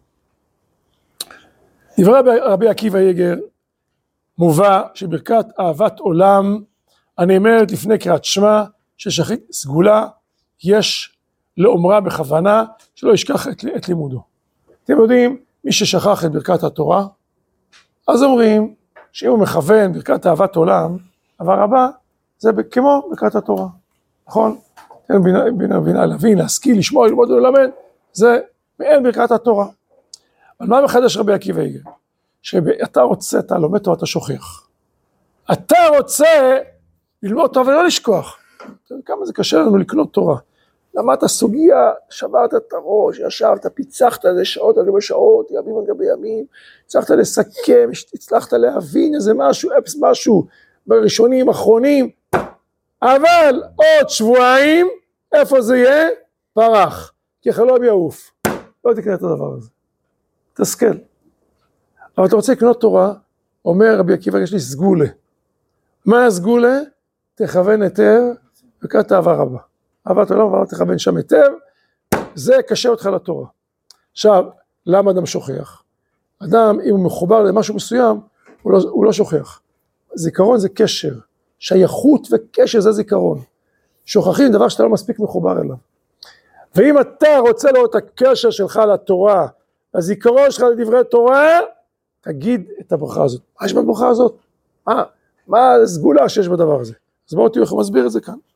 דברי רבי עקיבא איגר, מובא שברכת אהבת עולם, הנאמרת לפני קריאת שמע, ששחרית סגולה, יש לאומרה בכוונה, שלא ישכח את לימודו. אתם יודעים, מי ששכח את ברכת התורה, אז אומרים שאם הוא מכוון ברכת אהבת עולם, הדבר הבא זה כמו ברכת התורה, נכון? בינה להבין, להשכיל, לשמוע, ללמוד וללמד, זה מעין ברכת התורה. אבל מה מחדש רבי עקיבא איגר? שאתה רוצה, אתה לומד תורה, אתה שוכח. אתה רוצה ללמוד תורה ולא לשכוח. כמה זה קשה לנו לקנות תורה. למדת סוגיה, שברת את הראש, ישבת, פיצחת איזה שעות על גבי שעות, ימים על גבי ימים, הצלחת לסכם, הצלחת להבין איזה משהו, משהו בראשונים, אחרונים, אבל עוד שבועיים, איפה זה יהיה? פרח, כי חלום יעוף. לא תקנה את הדבר הזה. תסכל. אבל אתה רוצה לקנות תורה, אומר רבי עקיבא, יש לי סגולה. מה הסגולה? תכוון היטב, ברכת אהבה רבה. אהבת עולם, אבל תכוון שם היטב, זה קשה אותך לתורה. עכשיו, למה אדם שוכח? אדם, אם הוא מחובר למשהו מסוים, הוא לא שוכח. זיכרון זה קשר, שייכות וקשר זה זיכרון. שוכחים דבר שאתה לא מספיק מחובר אליו. ואם אתה רוצה לראות את הקשר שלך לתורה, הזיכרון שלך לדברי תורה, תגיד את הברכה הזאת. מה יש בברכה הזאת? מה הסגולה שיש בדבר הזה? אז בואו תראו איך הוא מסביר את זה כאן.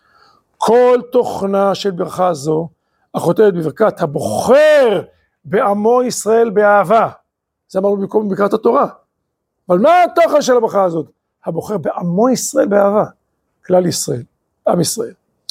כל תוכנה של ברכה זו, החותמת בברכת הבוחר בעמו ישראל באהבה. זה אמרנו במקום בברכת התורה. אבל מה התוכן של הברכה הזאת? הבוחר בעמו ישראל באהבה. כלל ישראל, עם ישראל.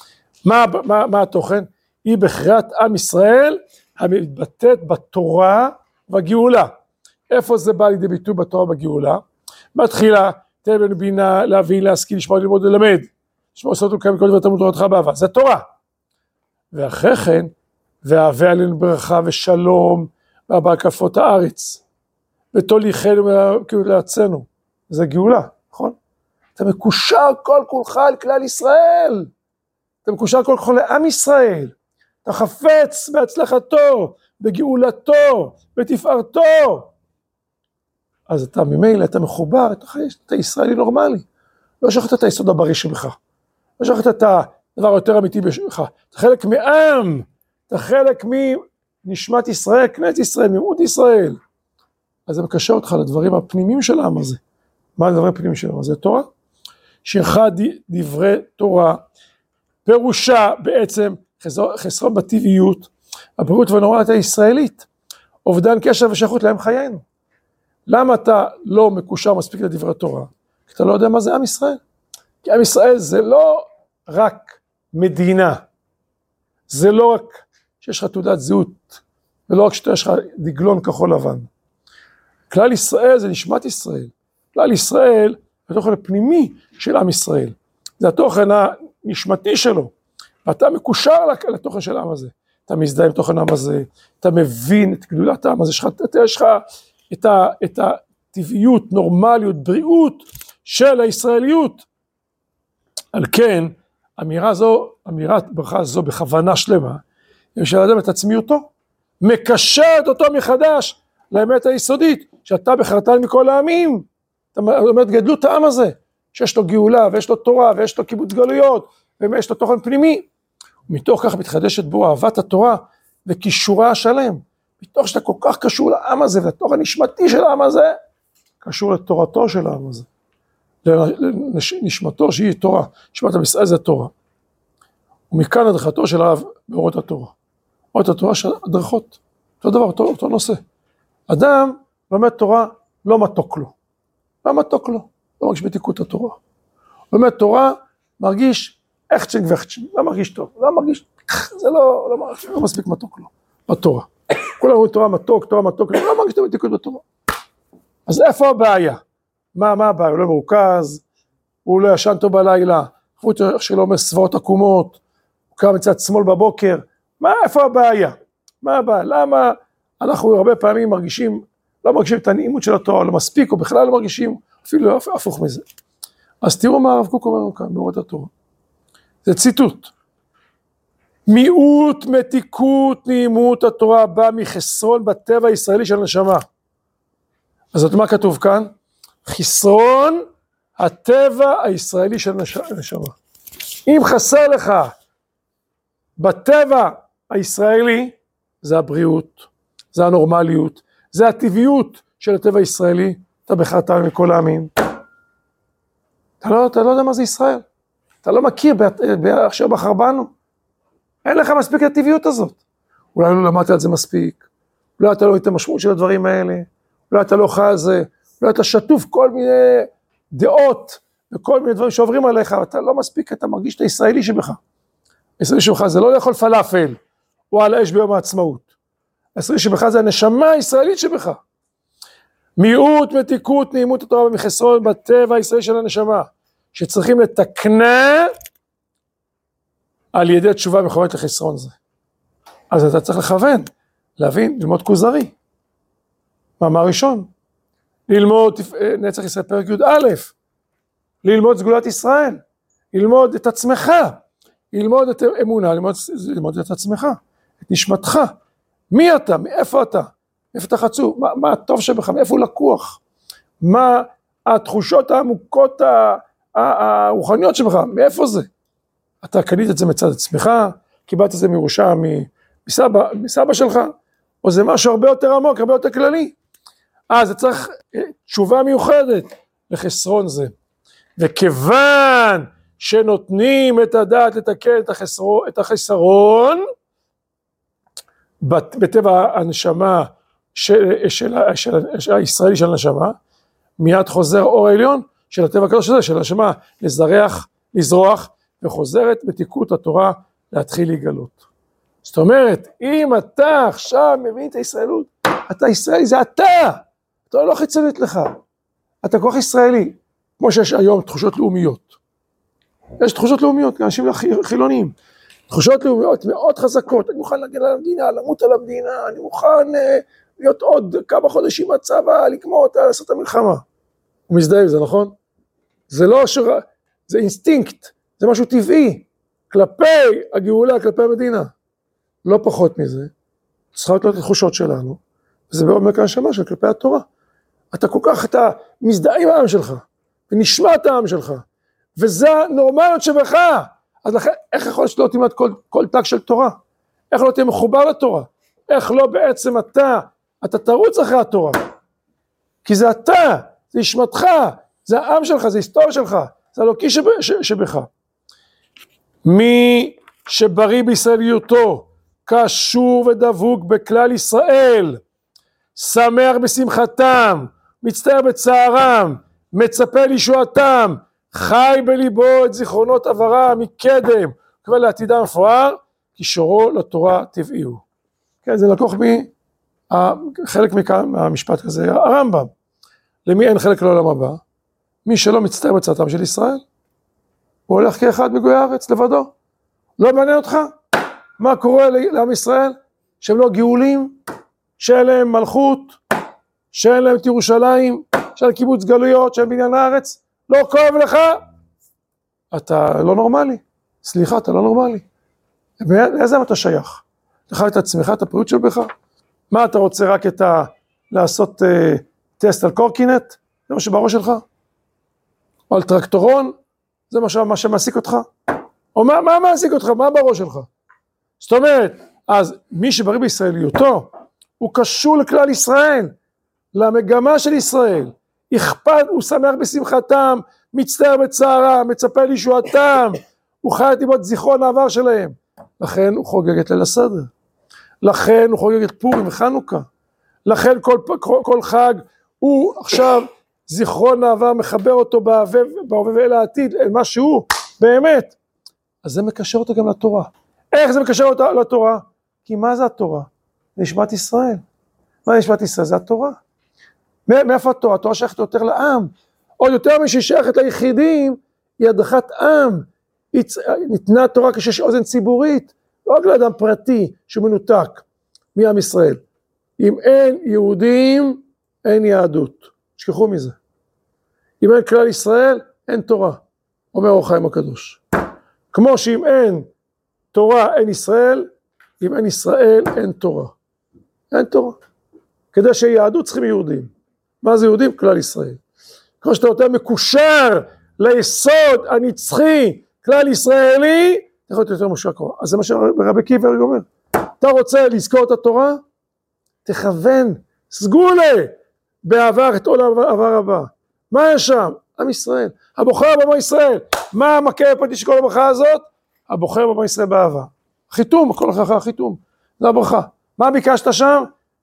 מה התוכן? היא בחירת עם ישראל המתבטאת בתורה והגאולה. איפה זה בא לידי ביטוי בתורה ובגאולה? מתחילה, תן לנו בינה, להבין, להשכיל, לשמוע, ללמוד, ללמד. לשמוע לעשות ולקיים כל דבר תלמוד תורתך באהבה. זה תורה. ואחרי כן, והבא עלינו ברכה ושלום, בהקפות הארץ. ותוליכנו לארצנו. זה גאולה, נכון? אתה מקושר כל כולך על כלל ישראל. אתה מקושר כל כולך לעם ישראל. אתה חפץ בהצלחתו, בגאולתו, בתפארתו. אז אתה ממילא, אתה מחובר, אתה ישראלי נורמלי. לא שכחת את היסוד הבריא שלך. לא שכחת את הדבר היותר אמיתי שלך. אתה חלק מעם, אתה חלק מנשמת ישראל, כנסת ישראל, מיעוט ישראל. אז זה מקשר אותך לדברים הפנימיים של העם הזה. מה הדברים הפנימיים של העם הזה? זה תורה. שאחד דברי תורה, פירושה בעצם חסרון בטבעיות, הבריאות והנורמליות הישראלית, אובדן קשר ושייכות להם חיינו. למה אתה לא מקושר מספיק לדברי תורה? כי אתה לא יודע מה זה עם ישראל. כי עם ישראל זה לא רק מדינה, זה לא רק שיש לך תעודת זהות, ולא רק שיש לך דגלון כחול לבן. כלל ישראל זה נשמת ישראל. כלל ישראל זה התוכן הפנימי של עם ישראל. זה התוכן הנשמתי שלו. ואתה מקושר לתוכן של העם הזה. אתה מזדהה עם תוכן העם הזה, אתה מבין את גדולת העם הזה, יש לך את הטבעיות, נורמליות, בריאות של הישראליות. על כן, אמירת ברכה זו בכוונה שלמה, היא של אדם את עצמיותו, מקשרת אותו מחדש לאמת היסודית, שאתה בחרתן מכל העמים, אתה אומר גדלות העם הזה, שיש לו גאולה ויש לו תורה ויש לו קיבוץ גלויות, ויש לו תוכן פנימי, ומתוך כך מתחדשת בו אהבת התורה וקישורה השלם, מתוך שאתה כל כך קשור לעם הזה, והתוכן הנשמתי של העם הזה, קשור לתורתו של העם הזה, לנשמתו שהיא תורה, נשמת עם ישראל זה תורה, ומכאן הדרכתו של הרב באורות התורה, אורות התורה של הדרכות, אותו דבר, אותו נושא, אדם לומד תורה לא מתוק לו, לא מרגיש בתיקות התורה, לומד תורה מרגיש החצ'ן וחצ'ן, לא מרגיש טוב, זה לא מספיק מתוק לו, בתורה. כולם אומרים תורה מתוק, לא מרגיש את המתיקות בתורה. אז איפה הבעיה? מה הבעיה? הוא לא מרוכז, הוא לא ישן טוב בלילה, חפות שלו אומר סברות עקומות, הוא קם מצד שמאל בבוקר, איפה הבעיה? מה הבעיה? למה אנחנו הרבה פעמים לא מרגישים את הנעימות של התורה, לא מספיק, או בכלל לא מרגישים, אפילו הפוך מזה. אז תראו מה הרב קוק אומר לנו כאן, באורת התורה. זה ציטוט. מיעוט, מתיקות, נעימות התורה בא מחסרון בטבע הישראלי של הנשמה. אז זאת מה כתוב כאן? חסרון הטבע הישראלי של הנשמה. אם חסר לך בטבע הישראלי, זה הבריאות, זה הנורמליות, זה הטבעיות של הטבע הישראלי, אתה בחרת מכל העמים. אתה לא יודע מה זה ישראל. אתה לא מכיר באשר בחר בנו. אין לך מספיק הטבעיות הזאת. אולי לא למדת על זה מספיק, אולי אתה לא רואה את המשמעות של הדברים האלה, אולי אתה לא חי על זה, אולי אתה שטוף כל מיני דעות, וכל מיני דברים שעוברים עליך, אתה לא מספיק, אתה מרגיש את הישראלי שבך. הישראלי שבך זה לא לאכול פלאפל, או על האש ביום העצמאות. הישראלי שבך זה הנשמה הישראלית שבך. מיעוט, מתיקות, נעימות התורה ומחסרון בטבע הישראלי של הנשמה, שצריכים לתקנה על ידי תשובה מכוונת לחסרון זה. אז אתה צריך לכוון, להבין, ללמוד כוזרי. מאמר ראשון, ללמוד נצח ישראל פרק י"א, ללמוד סגולת ישראל, ללמוד את עצמך, ללמוד את אמונה, ללמוד את עצמך, את נשמתך. מי אתה? מאיפה אתה? איפה אתה חצוף? מה הטוב שבך? מאיפה הוא לקוח? מה התחושות העמוקות הרוחניות שבך? מאיפה זה? אתה קנית את זה מצד עצמך, קיבלת את זה מירושה מסבא שלך, או זה משהו הרבה יותר עמוק, הרבה יותר כללי. אז זה צריך תשובה מיוחדת לחסרון זה. וכיוון שנותנים את הדעת לתקן את החסרון, בטבע הנשמה של הישראלי של הנשמה, מיד חוזר אור העליון של הטבע הקדוש הזה, של הנשמה, לזרוח, וחוזרת מתיקות התורה להתחיל להיגלות. זאת אומרת, אם אתה עכשיו מבין את הישראלות, אתה ישראלי, זה אתה לא חיצונית לך, אתה כוח ישראלי, כמו שיש היום תחושות לאומיות. יש תחושות לאומיות, אנשים חילוניים, תחושות לאומיות מאוד חזקות, אני מוכן להגן על המדינה, למות על המדינה, אני מוכן להיות עוד כמה חודשים בצבא, לגמור אותה, לעשות את המלחמה. הוא מזדהה עם זה, נכון? זה לא זה אינסטינקט, זה משהו טבעי, כלפי הגאולה, כלפי המדינה. לא פחות מזה, צריכה להיות את התחושות שלנו, וזה בעומק הנשמה של כלפי התורה. אתה כל כך, אתה מזדהה עם העם שלך, ונשמע את העם שלך, וזה הנורמליות שבך. אז לכן, איך יכול להיות שלא תלמד כל תג של תורה? איך לא תהיה מחובר לתורה? איך לא בעצם אתה תרוץ אחרי התורה? כי זה אתה, זה נשמתך, זה העם שלך, זה היסטוריה שלך, זה אלוקי שבך. מי שבריא בישראליותו, קשור ודבוק בכלל ישראל, שמח בשמחתם, מצטער בצערם, מצפה לישועתם, חי בליבו את זיכרונות עברה מקדם, כבר לעתידה מפואר, כי שורו לתורה טבעי הוא. כן, זה לקוח חלק מהמשפט כזה, הרמב"ם. למי אין חלק לעולם הבא? מי שלא מצטער בצעתם של ישראל, הוא הולך כאחד מגוי הארץ לבדו. לא מעניין אותך? מה קורה לעם ישראל? שהם לא גאולים, שאין להם מלכות, שאין להם את ירושלים, שאין קיבוץ גלויות, שאין בניין הארץ, לא כואב לך? אתה לא נורמלי. סליחה, אתה לא נורמלי. לאיזה אתה שייך? לך את עצמך, את הפריאות שלך? מה אתה רוצה רק לעשות טסט על קורקינט? זה מה שבראש שלך? או על טרקטורון? זה מה שמעסיק אותך? או מה מעסיק אותך? מה בראש שלך? זאת אומרת, אז מי שבריא בישראליותו, הוא קשור לכלל ישראל, למגמה של ישראל, הוא שמח בשמחתם, מצטער בצערם, מצפה לישועתם, הוא חי את ליבות זיכרון העבר שלהם, לכן הוא חוגג את ליל הסדר, לכן הוא חוגג את פורים וחנוכה, לכן כל חג הוא עכשיו זיכרון העבר מחבר אותו בהווה ואל העתיד, אל מה שהוא באמת. אז זה מקשר אותו גם לתורה. איך זה מקשר אותו לתורה? כי מה זה התורה? נשמת ישראל. מה נשמת ישראל? זה התורה. מאיפה התורה? התורה שייכת יותר לעם. עוד יותר משהיא שייכת ליחידים, היא הדרכת עם. ניתנה התורה כשיש אוזן ציבורית, לא רק לאדם פרטי שמנותק מעם ישראל. אם אין יהודים, אין יהדות. תשכחו מזה. אם אין כלל ישראל, אין תורה. אומר אור החיים הקדוש. כמו שאם אין תורה, אין ישראל, אם אין ישראל, אין תורה. אין תורה. כדי שיהדות צריכים יהודים. מה זה יהודים? כלל ישראל. כמו שאתה יותר מקושר ליסוד הנצחי, כלל ישראלי, אתה יכול להיות יותר משקר. אז זה מה שרבי עקיבא אומר. אתה רוצה לזכור את התורה? תכוון, סגולה, בעבר את עול העבר הבא. מה יש שם? עם ישראל. הבוחר בעם ישראל. מה המכה הפרטי של כל הברכה הזאת? הבוחר בעם ישראל באהבה. חיתום, כל אחר חיתום. זה הברכה. מה ביקשת שם?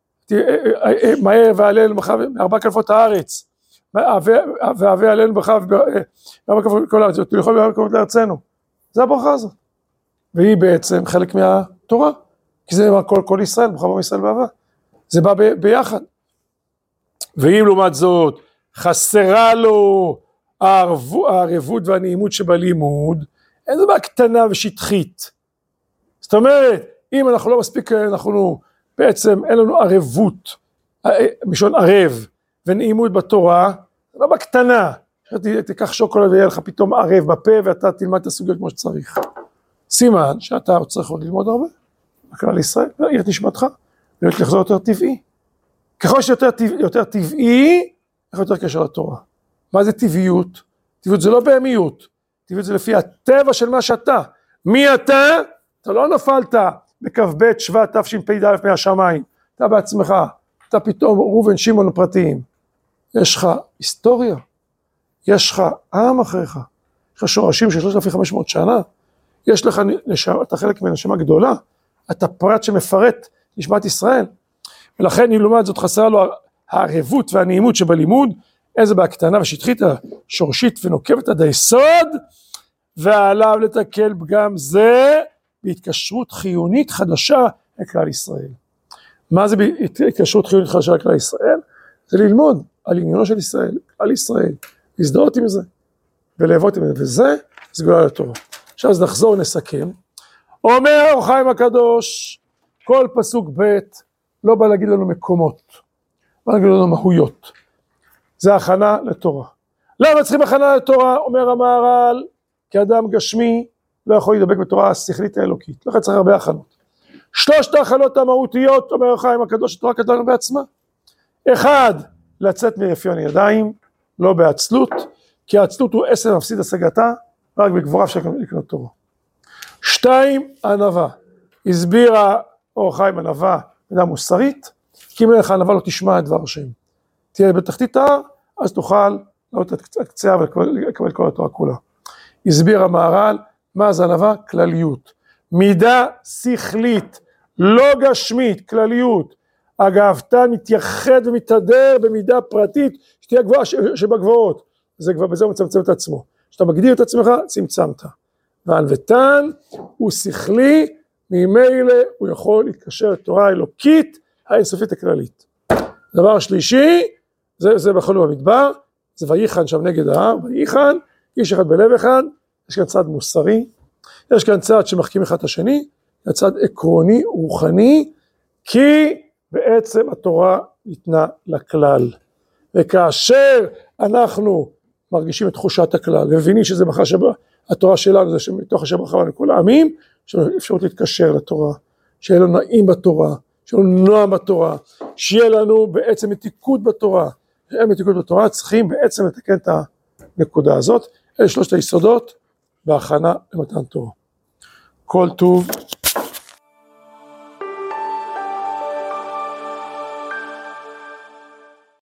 מהר והלל בארבע כנפות הארץ. והווה עלינו ברכה בארבע כנפות כל הארץ. תלכו בארבע כנפות לארצנו. זה הברכה הזאת. והיא בעצם חלק מהתורה. כי זה כל ישראל, בוחר בעם ישראל באהבה. זה בא ביחד. ואם לעומת זאת, חסרה לו הערבות והנעימות שבלימוד, אין זה בעיה קטנה ושטחית. זאת אומרת, אם אנחנו לא מספיק, אנחנו בעצם אין לנו ערבות, משון ערב, ונעימות בתורה, זה לא בקטנה. תיקח שוקולד ויהיה לך פתאום ערב בפה, ואתה תלמד את הסוגיות כמו שצריך. סימן שאתה צריך עוד ללמוד הרבה, הכלל ישראל, יהיה נשמתך, ולחזור יותר טבעי. ככל שיותר טבעי, איך יותר קשר לתורה. מה זה טבעיות? טבעיות זה לא בהמיות, טבעיות זה לפי הטבע של מה שאתה. מי אתה? אתה לא נפלת בכ"ב שבט תשפ"ד מהשמיים, אתה בעצמך, אתה פתאום ראובן שמעון פרטיים. יש לך היסטוריה, יש לך עם אחריך, יש לך שורשים של 3,500 שנה, יש לך נשמה, אתה חלק מנשמה גדולה, אתה פרט שמפרט נשמת ישראל, ולכן אם לעומת זאת חסרה לו הערבות והנעימות שבלימוד, איזה בהקטנה ושטחית, שורשית ונוקבת עד היסוד, ועליו לתקל פגם זה, בהתקשרות חיונית חדשה לכלל ישראל. מה זה בהתקשרות חיונית חדשה לכלל ישראל? זה ללמוד על עניינו של ישראל, על ישראל, להזדהות עם זה, ולעבוד עם זה, וזה סגולה לתורה. עכשיו אז נחזור ונסכם. אומר אור החיים הקדוש, כל פסוק ב' לא בא להגיד לנו מקומות, בא להגיד לנו מהויות. זה הכנה לתורה. למה צריכים הכנה לתורה? אומר המהר"ל, כי אדם גשמי לא יכול להידבק בתורה השכלית האלוקית. לכן צריך הרבה הכנות. שלושת ההכנות המהותיות, אומר אור החיים הקדוש, התורה כתבה לנו בעצמה. אחד, לצאת מרפיון ידיים, לא בעצלות, כי העצלות הוא עשר מפסיד השגתה, רק בגבורה אפשר לקנות תורה. שתיים, ענווה. הסבירה אור החיים ענווה, מידה מוסרית, כי אם אין לך ענווה לא תשמע את דבר השם. תהיה בתחתית ההר, אז תוכל לעלות את קצה ולקבל כל התורה כולה. הסביר המהר"ל, מה זה ענווה? כלליות. מידה שכלית, לא גשמית, כלליות. הגאוותן מתייחד ומתהדר במידה פרטית, שתהיה גבוהה שבגבוהות. זה כבר בזה הוא מצמצם את עצמו. כשאתה מגדיר את עצמך, צמצמת. והענוותן הוא שכלי, ממילא הוא יכול להתקשר לתורה האלוקית, האינסופית הכללית. דבר שלישי, זה בכל במדבר, זה ויחן שם נגד ההר, ויחן, איש אחד בלב אחד, יש כאן צד מוסרי, יש כאן צד שמחכים אחד את השני, זה צד עקרוני, רוחני, כי בעצם התורה ניתנה לכלל. וכאשר אנחנו מרגישים את תחושת הכלל, ומבינים שזה התורה שלנו, זה שמתוך השם בחרנו לכל העמים, יש לנו אפשרות להתקשר לתורה, שיהיה לנו נעים בתורה, שיהיה לנו נועם בתורה, שיהיה לנו בעצם מתיקות בתורה, שאין מתיקות בתורה, צריכים בעצם לתקן את הנקודה הזאת. אלה שלושת היסודות בהכנה למתן תורה. כל טוב.